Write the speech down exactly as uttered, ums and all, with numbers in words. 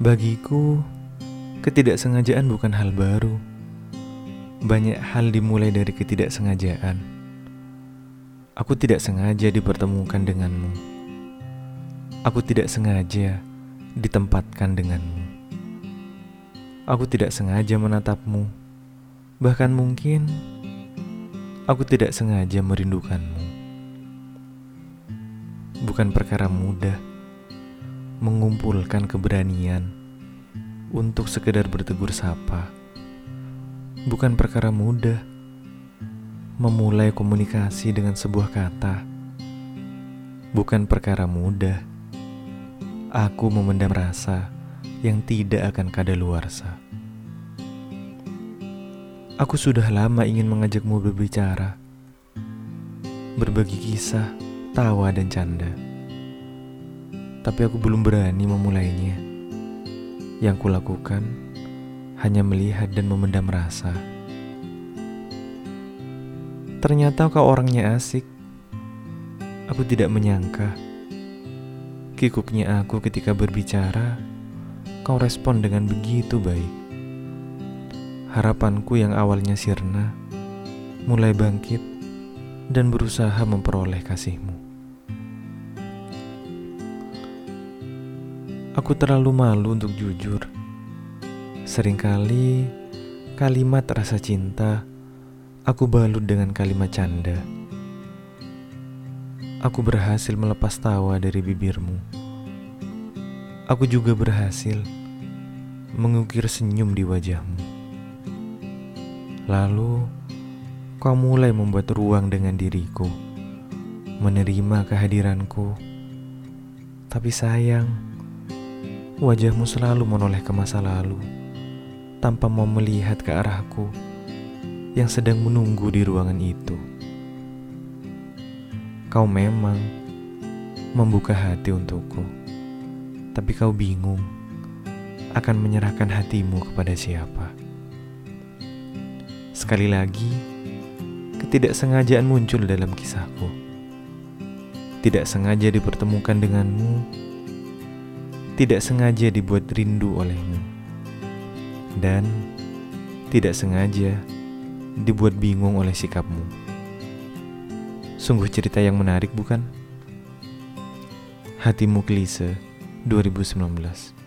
Bagiku, ketidaksengajaan bukan hal baru. Banyak hal dimulai dari ketidaksengajaan. Aku tidak sengaja dipertemukan denganmu. Aku tidak sengaja ditempatkan denganmu. Aku tidak sengaja menatapmu. Bahkan mungkin aku tidak sengaja merindukanmu. Bukan perkara mudah mengumpulkan keberanian untuk sekedar bertegur sapa. Bukan perkara mudah memulai komunikasi dengan sebuah kata. Bukan perkara mudah aku memendam rasa yang tidak akan kadaluarsa. Aku sudah lama ingin mengajakmu berbicara, berbagi kisah, tawa dan canda. Tapi aku belum berani memulainya. Yang kulakukan hanya melihat dan memendam rasa. Ternyata kau orangnya asik. Aku tidak menyangka. Kikuknya aku ketika berbicara, kau respon dengan begitu baik. Harapanku yang awalnya sirna mulai bangkit dan berusaha memperoleh kasihmu. Aku terlalu malu untuk jujur. Seringkali kalimat rasa cinta aku balut dengan kalimat canda. Aku berhasil melepas tawa dari bibirmu. Aku juga berhasil mengukir senyum di wajahmu. Lalu kau mulai membuat ruang dengan diriku, menerima kehadiranku. Tapi sayang, wajahmu selalu menoleh ke masa lalu, tanpa mau melihat ke arahku yang sedang menunggu di ruangan itu. Kau memang membuka hati untukku, tapi kau bingung akan menyerahkan hatimu kepada siapa. Sekali lagi, ketidaksengajaan muncul dalam kisahku. Tidak sengaja dipertemukan denganmu, tidak sengaja dibuat rindu olehmu, dan tidak sengaja dibuat bingung oleh sikapmu. Sungguh cerita yang menarik, bukan? Hatimu Klise dua ribu sembilan belas.